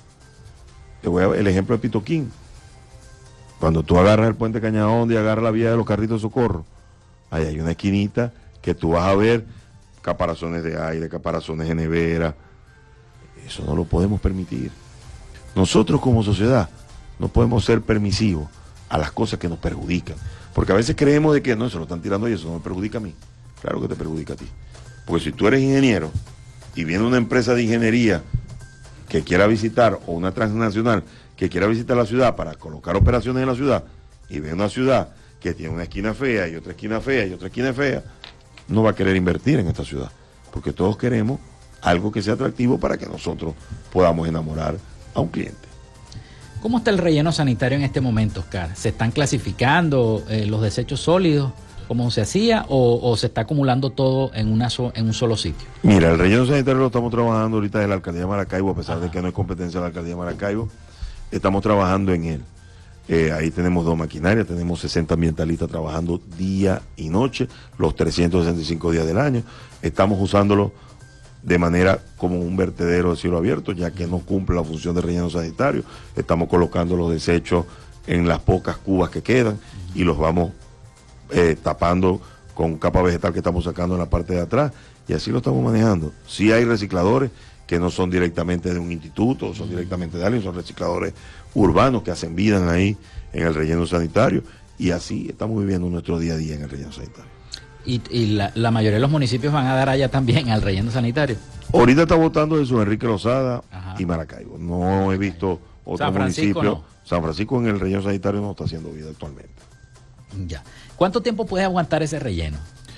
Te voy a ver el ejemplo de Pitoquín. Cuando tú agarras el puente Cañaón y agarras la vía de los carritos de socorro, ahí hay una esquinita que tú vas a ver caparazones de aire, caparazones de nevera. Eso no lo podemos permitir. Nosotros como sociedad no podemos ser permisivos a las cosas que nos perjudican. Porque a veces creemos de que no, se lo están tirando y eso no me perjudica a mí. Claro que te perjudica a ti. Porque si tú eres ingeniero y viene una empresa de ingeniería que quiera visitar, o una transnacional que quiera visitar la ciudad para colocar operaciones en la ciudad, y ve una ciudad que tiene una esquina fea y otra esquina fea y otra esquina fea, no va a querer invertir en esta ciudad. Porque todos queremos algo que sea atractivo para que nosotros podamos enamorar a un cliente. ¿Cómo está el relleno sanitario en este momento, Oscar? ¿Se están clasificando los desechos sólidos como se hacía, o se está acumulando todo en un solo sitio? Mira, el relleno sanitario lo estamos trabajando ahorita de la Alcaldía de Maracaibo, a pesar de que no hay competencia de la Alcaldía de Maracaibo, estamos trabajando en él. Ahí tenemos 2 maquinarias, tenemos 60 ambientalistas trabajando día y noche, los 365 días del año. Estamos usándolo de manera como un vertedero de cielo abierto, ya que no cumple la función de relleno sanitario. Estamos colocando los desechos en las pocas cubas que quedan y los vamos tapando con capa vegetal que estamos sacando en la parte de atrás, y así lo estamos manejando. Sí hay recicladores que no son directamente de un instituto, son directamente de alguien, son recicladores urbanos que hacen vida ahí en el relleno sanitario, y así estamos viviendo nuestro día a día en el relleno sanitario. ¿Y la mayoría de los municipios van a dar allá también al relleno sanitario? Ahorita está votando Jesús Enrique Lozada y Maracaibo. No he visto otro municipio. No. San Francisco en el relleno sanitario no está haciendo vida actualmente. Ya. ¿Cuánto tiempo puede aguantar ese relleno?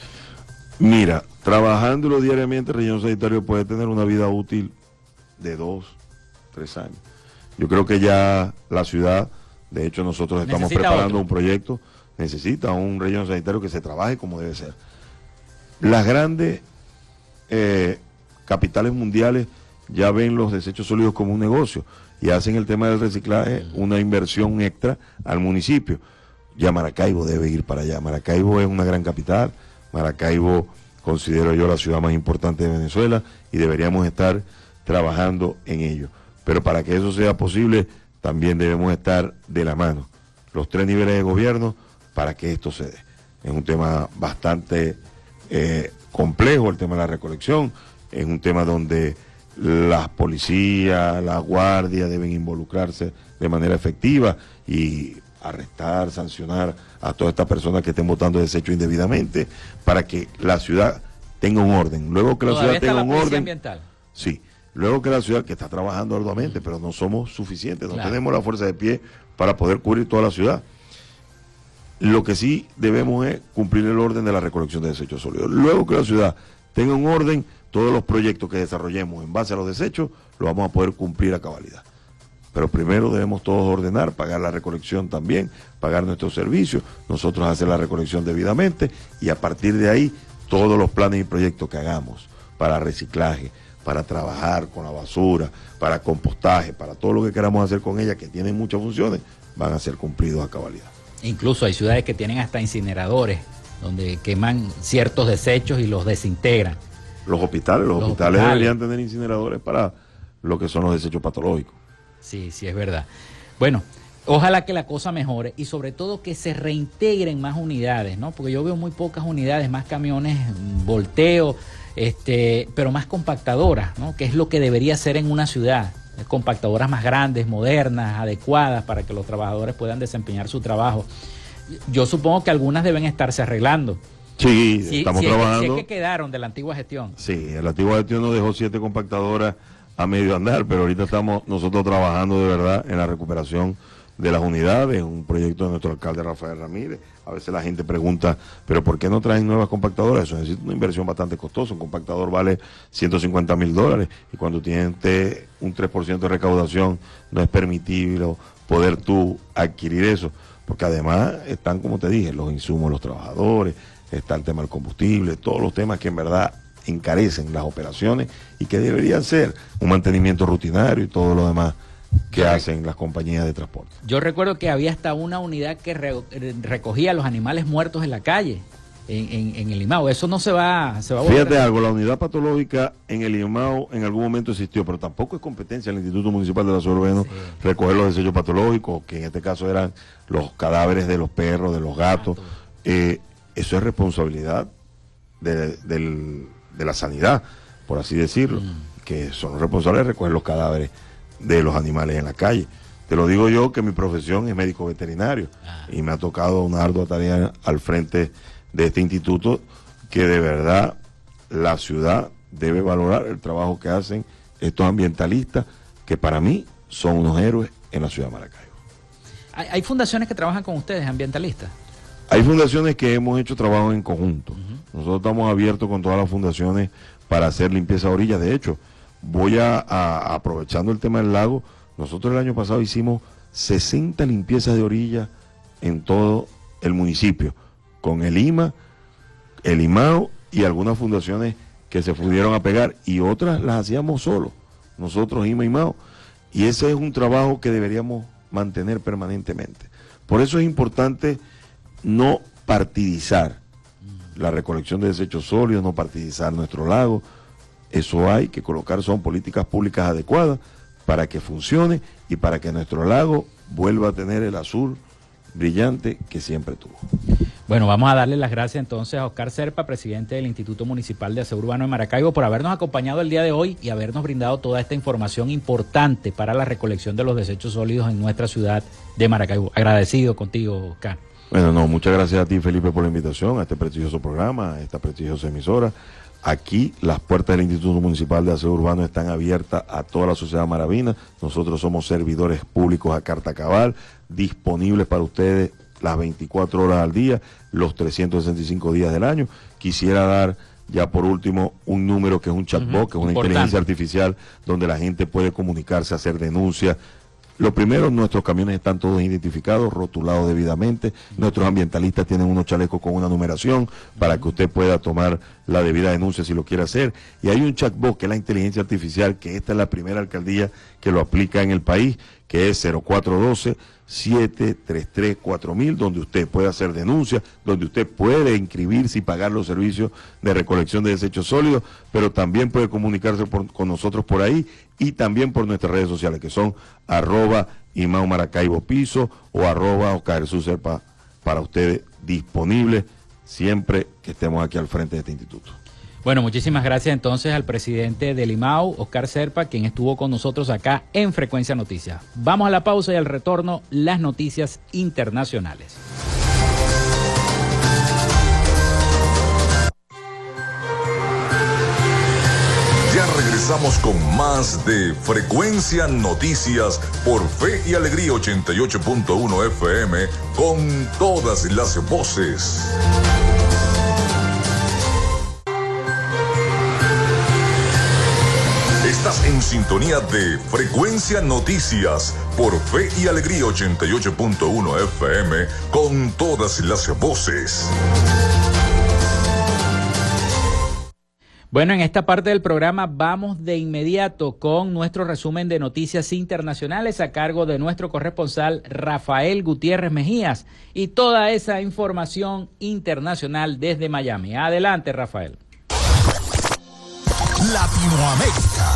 Mira, trabajándolo diariamente, el relleno sanitario puede tener una vida útil de 2, 3 años. Yo creo que ya la ciudad, de hecho nosotros estamos preparando un proyecto, necesita un relleno sanitario que se trabaje como debe ser. Las grandes capitales mundiales ya ven los desechos sólidos como un negocio y hacen el tema del reciclaje una inversión extra al municipio. Ya Maracaibo debe ir para allá. Maracaibo es una gran capital. Maracaibo considero yo la ciudad más importante de Venezuela y deberíamos estar trabajando en ello. Pero para que eso sea posible, también debemos estar de la mano, los 3 niveles de gobierno, para que esto se dé. Es un tema bastante complejo, el tema de la recolección, es un tema donde las policías, las guardias deben involucrarse de manera efectiva y arrestar, sancionar a todas estas personas que estén botando desechos indebidamente para que la ciudad tenga un orden. Luego que la ciudad tenga un orden ambiental. Sí, luego que la ciudad, que está trabajando arduamente, pero no somos suficientes, no tenemos la fuerza de pie para poder cubrir toda la ciudad. Lo que sí debemos es cumplir el orden de la recolección de desechos sólidos. Luego que la ciudad tenga un orden, todos los proyectos que desarrollemos en base a los desechos, los vamos a poder cumplir a cabalidad. Pero primero debemos todos ordenar, pagar la recolección también, pagar nuestros servicios, nosotros hacer la recolección debidamente y a partir de ahí todos los planes y proyectos que hagamos para reciclaje, para trabajar con la basura, para compostaje, para todo lo que queramos hacer con ella, que tienen muchas funciones, van a ser cumplidos a cabalidad. Incluso hay ciudades que tienen hasta incineradores, donde queman ciertos desechos y los desintegran. Los hospitales deberían tener incineradores para lo que son los desechos patológicos. Sí, sí, es verdad. Bueno, ojalá que la cosa mejore y sobre todo que se reintegren más unidades, ¿no? Porque yo veo muy pocas unidades, más camiones, volteo, pero más compactadoras, ¿no? Que es lo que debería ser en una ciudad. Compactadoras más grandes, modernas, adecuadas para que los trabajadores puedan desempeñar su trabajo. Yo supongo que algunas deben estarse arreglando. Sí, estamos trabajando. Si es que quedaron de la antigua gestión. Sí, la antigua gestión nos dejó 7 compactadoras a medio andar, pero ahorita estamos nosotros trabajando de verdad en la recuperación de las unidades, un proyecto de nuestro alcalde Rafael Ramírez. A veces la gente pregunta, pero ¿por qué no traen nuevas compactadoras? Eso necesita una inversión bastante costosa. Un compactador vale $150,000 y cuando tienes un 3% de recaudación no es permitible poder tú adquirir eso, porque además están, como te dije, los insumos de los trabajadores, está el tema del combustible, todos los temas que en verdad encarecen las operaciones y que deberían ser un mantenimiento rutinario y todo lo demás que hacen las compañías de transporte. Yo recuerdo que había hasta una unidad que recogía los animales muertos en la calle, en el Limao. Eso no se va a volver. Fíjate algo, la unidad patológica en el Limao en algún momento existió, pero tampoco es competencia del Instituto Municipal de la Ciudad recoger los desechos patológicos, que en este caso eran los cadáveres de los perros, de los gatos. Eso es responsabilidad de la sanidad, por así decirlo, que son responsables de recoger los cadáveres de los animales en la calle. Te lo digo yo, que mi profesión es médico veterinario y me ha tocado una ardua tarea al frente de este instituto, que de verdad la ciudad debe valorar el trabajo que hacen estos ambientalistas, que para mí son unos héroes en la ciudad de Maracaibo. ¿Hay fundaciones que trabajan con ustedes, ambientalistas? Hay fundaciones que hemos hecho trabajo en conjunto. Nosotros estamos abiertos con todas las fundaciones para hacer limpieza de orillas. De hecho, aprovechando el tema del lago, nosotros el año pasado hicimos 60 limpiezas de orillas en todo el municipio, con el IMA, el IMAO y algunas fundaciones que se pudieron apegar, y otras las hacíamos solos, nosotros IMA y IMAO, y ese es un trabajo que deberíamos mantener permanentemente. Por eso es importante no partidizar la recolección de desechos sólidos, no partidizar nuestro lago. Eso hay que colocar, son políticas públicas adecuadas para que funcione y para que nuestro lago vuelva a tener el azul brillante que siempre tuvo. Bueno, vamos a darle las gracias entonces a Oscar Serpa, presidente del Instituto Municipal de Aseo Urbano de Maracaibo, por habernos acompañado el día de hoy y habernos brindado toda esta información importante para la recolección de los desechos sólidos en nuestra ciudad de Maracaibo. Agradecido contigo, Oscar. Bueno, muchas gracias a ti, Felipe, por la invitación a este prestigioso programa, a esta prestigiosa emisora. Aquí las puertas del Instituto Municipal de Aseo Urbano están abiertas a toda la sociedad maravina. Nosotros somos servidores públicos a carta cabal, disponibles para ustedes las 24 horas al día, los 365 días del año. Quisiera dar ya por último un número que es un chatbot, que es una inteligencia artificial donde la gente puede comunicarse, hacer denuncias, Lo primero, nuestros camiones están todos identificados, rotulados debidamente. Nuestros ambientalistas tienen unos chalecos con una numeración para que usted pueda tomar la debida denuncia si lo quiere hacer. Y hay un chatbot, que es la inteligencia artificial, que esta es la primera alcaldía que lo aplica en el país, que es 0412-733-4000, donde usted puede hacer denuncias, donde usted puede inscribirse y pagar los servicios de recolección de desechos sólidos, pero también puede comunicarse con nosotros por ahí y también por nuestras redes sociales, que son @Imao Maracaibo Piso o @Oscar Jesús Serpa, para ustedes disponibles siempre que estemos aquí al frente de este instituto. Bueno, muchísimas gracias entonces al presidente del IMAO, Oscar Serpa, quien estuvo con nosotros acá en Frecuencia Noticias. Vamos a la pausa y al retorno, las noticias internacionales. Ya regresamos con más de Frecuencia Noticias por Fe y Alegría 88.1 FM con todas las voces. Estás en sintonía de Frecuencia Noticias por Fe y Alegría 88.1 FM con todas las voces. Bueno, en esta parte del programa vamos de inmediato con nuestro resumen de noticias internacionales a cargo de nuestro corresponsal Rafael Gutiérrez Mejías y toda esa información internacional desde Miami. Adelante, Rafael. Latinoamérica.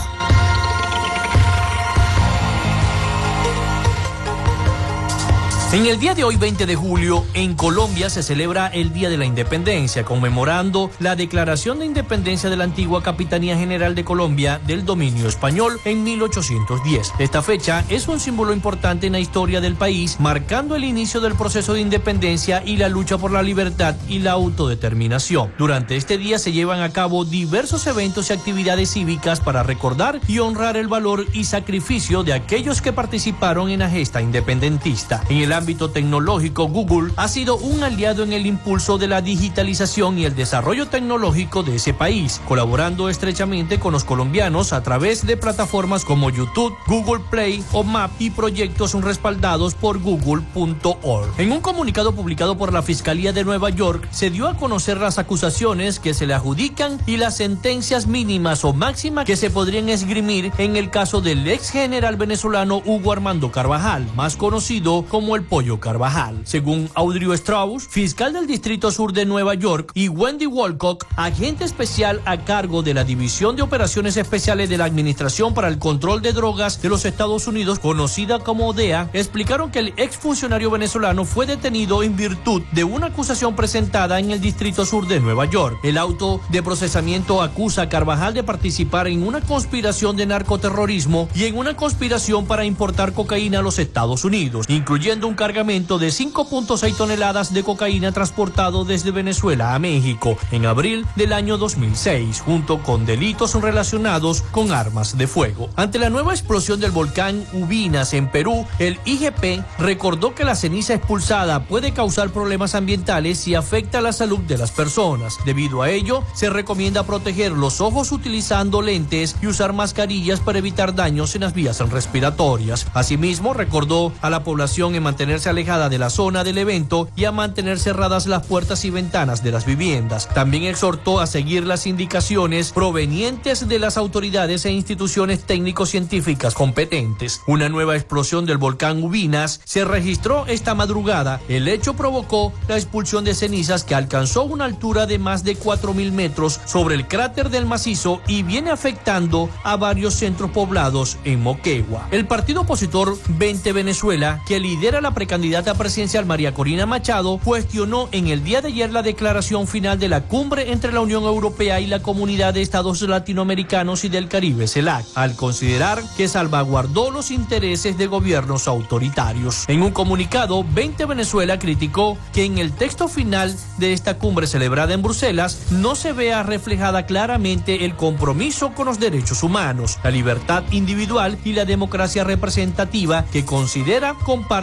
En el día de hoy, 20 de julio, en Colombia se celebra el Día de la Independencia, conmemorando la declaración de independencia de la antigua Capitanía General de Colombia del dominio español en 1810. Esta fecha es un símbolo importante en la historia del país, marcando el inicio del proceso de independencia y la lucha por la libertad y la autodeterminación. Durante este día se llevan a cabo diversos eventos y actividades cívicas para recordar y honrar el valor y sacrificio de aquellos que participaron en la gesta independentista. En el ámbito tecnológico, Google ha sido un aliado en el impulso de la digitalización y el desarrollo tecnológico de ese país, colaborando estrechamente con los colombianos a través de plataformas como YouTube, Google Play o Map y proyectos respaldados por Google.org. En un comunicado publicado por la Fiscalía de Nueva York, se dio a conocer las acusaciones que se le adjudican y las sentencias mínimas o máximas que se podrían esgrimir en el caso del ex general venezolano Hugo Armando Carvajal, más conocido como el Pollo Carvajal. Según Audrey Strauss, fiscal del Distrito Sur de Nueva York, y Wendy Wolcock, agente especial a cargo de la División de Operaciones Especiales de la Administración para el Control de Drogas de los Estados Unidos, conocida como DEA, explicaron que el exfuncionario venezolano fue detenido en virtud de una acusación presentada en el Distrito Sur de Nueva York. El auto de procesamiento acusa a Carvajal de participar en una conspiración de narcoterrorismo y en una conspiración para importar cocaína a los Estados Unidos, incluyendo un cargamento de 5.6 toneladas de cocaína transportado desde Venezuela a México en abril del año 2006, junto con delitos relacionados con armas de fuego. Ante la nueva explosión del volcán Ubinas en Perú, el IGP recordó que la ceniza expulsada puede causar problemas ambientales y afecta la salud de las personas. Debido a ello, se recomienda proteger los ojos utilizando lentes y usar mascarillas para evitar daños en las vías respiratorias. Asimismo, recordó a la población en mantenerse alejada de la zona del evento y a mantener cerradas las puertas y ventanas de las viviendas. También exhortó a seguir las indicaciones provenientes de las autoridades e instituciones técnico-científicas competentes. Una nueva explosión del volcán Ubinas se registró esta madrugada. El hecho provocó la expulsión de cenizas que alcanzó una altura de más de 4.000 metros sobre el cráter del macizo y viene afectando a varios centros poblados en Moquegua. El partido opositor 20 Venezuela, que lidera la precandidata presidencial María Corina Machado, cuestionó en el día de ayer la declaración final de la cumbre entre la Unión Europea y la Comunidad de Estados Latinoamericanos y del Caribe, CELAC, al considerar que salvaguardó los intereses de gobiernos autoritarios. En un comunicado, 20 Venezuela criticó que en el texto final de esta cumbre celebrada en Bruselas no se vea reflejada claramente el compromiso con los derechos humanos, la libertad individual y la democracia representativa que considera comparten Europa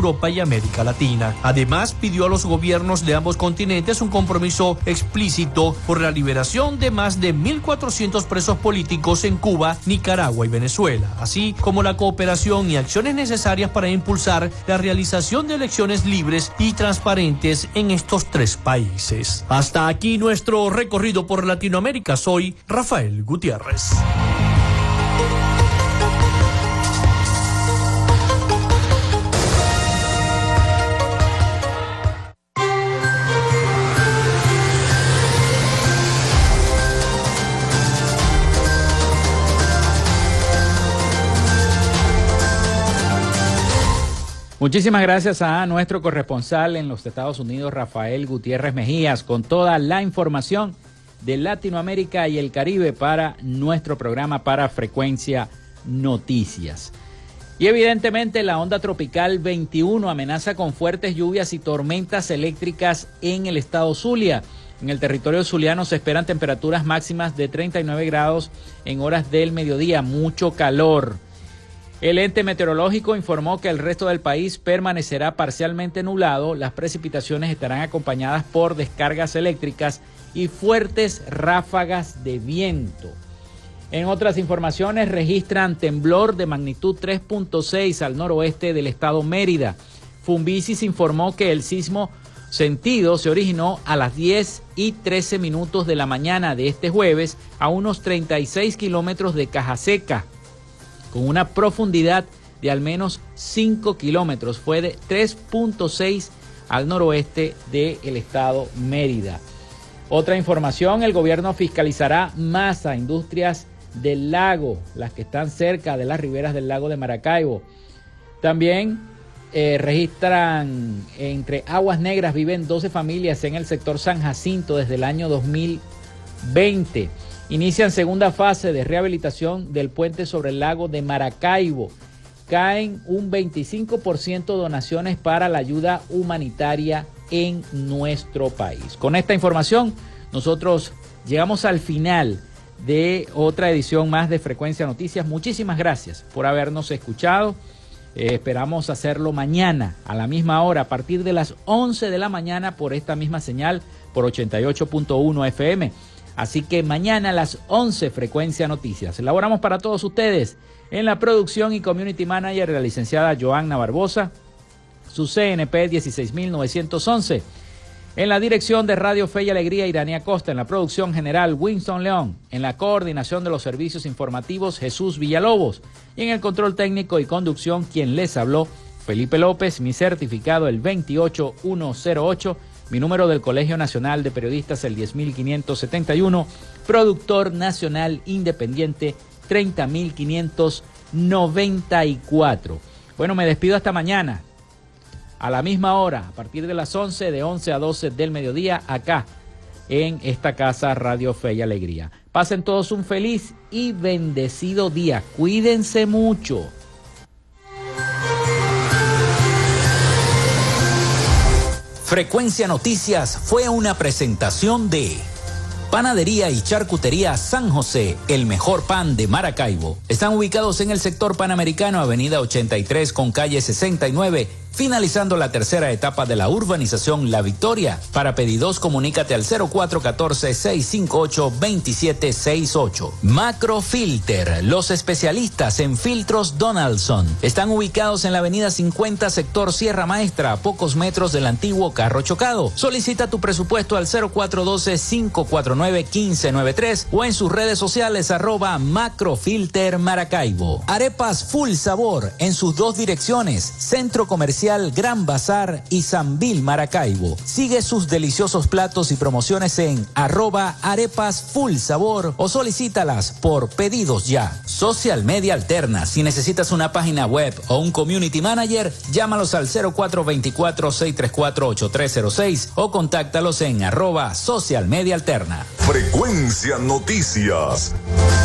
Europa y América Latina. Además, pidió a los gobiernos de ambos continentes un compromiso explícito por la liberación de más de 1.400 presos políticos en Cuba, Nicaragua y Venezuela, así como la cooperación y acciones necesarias para impulsar la realización de elecciones libres y transparentes en estos tres países. Hasta aquí nuestro recorrido por Latinoamérica. Soy Rafael Gutiérrez. Muchísimas gracias a nuestro corresponsal en los Estados Unidos, Rafael Gutiérrez Mejías, con toda la información de Latinoamérica y el Caribe para nuestro programa para Frecuencia Noticias. Y evidentemente la onda tropical 21 amenaza con fuertes lluvias y tormentas eléctricas en el estado Zulia. En el territorio zuliano se esperan temperaturas máximas de 39 grados en horas del mediodía, mucho calor. El ente meteorológico informó que el resto del país permanecerá parcialmente nublado. Las precipitaciones estarán acompañadas por descargas eléctricas y fuertes ráfagas de viento. En otras informaciones, registran temblor de magnitud 3.6 al noroeste del estado Mérida. Fumbisis informó que el sismo sentido se originó a las 10:13 de la mañana de este jueves a unos 36 kilómetros de Cajaseca, con una profundidad de al menos 5 kilómetros. Fue de 3.6 al noroeste del estado Mérida. Otra información, el gobierno fiscalizará más a industrias del lago, las que están cerca de las riberas del lago de Maracaibo. También registran entre Aguas Negras viven 12 familias en el sector San Jacinto desde el año 2020. Inician segunda fase de rehabilitación del puente sobre el lago de Maracaibo. Caen un 25% donaciones para la ayuda humanitaria en nuestro país. Con esta información, nosotros llegamos al final de otra edición más de Frecuencia Noticias. Muchísimas gracias por habernos escuchado. Esperamos hacerlo mañana a la misma hora, a partir de las 11 de la mañana por esta misma señal, por 88.1 FM. Así que mañana a las 11, Frecuencia Noticias. Elaboramos para todos ustedes en la producción y community manager la licenciada Joanna Barbosa, su CNP 16911. En la dirección de Radio Fe y Alegría, Irania Costa. En la producción general, Winston León. En la coordinación de los servicios informativos, Jesús Villalobos. Y en el control técnico y conducción, quien les habló, Felipe López. Mi certificado, el 28108. Mi número del Colegio Nacional de Periodistas, el 10571. Productor nacional independiente, 30594. Bueno, me despido hasta mañana. A la misma hora, a partir de las 11, de 11 a 12 del mediodía, acá en esta casa Radio Fe y Alegría. Pasen todos un feliz y bendecido día. Cuídense mucho. Frecuencia Noticias fue una presentación de Panadería y Charcutería San José, el mejor pan de Maracaibo. Están ubicados en el sector Panamericano, avenida 83 con calle 69, finalizando la tercera etapa de la urbanización La Victoria. Para pedidos, comunícate al 0414-658-2768. Macrofilter, los especialistas en filtros Donaldson. Están ubicados en la avenida 50, sector Sierra Maestra, a pocos metros del antiguo carro chocado. Solicita tu presupuesto al 0412-549-1593 o en sus redes sociales @Macrofilter Maracaibo. Arepas Full Sabor en sus dos direcciones, Centro Comercial Gran Bazar y Sambil Maracaibo. Sigue sus deliciosos platos y promociones en @Arepas Full Sabor o solicítalas por pedidos ya. Social Media Alterna. Si necesitas una página web o un community manager, llámalos al 0424-634-8306 o contáctalos en @Social Media Alterna. Frecuencia Noticias.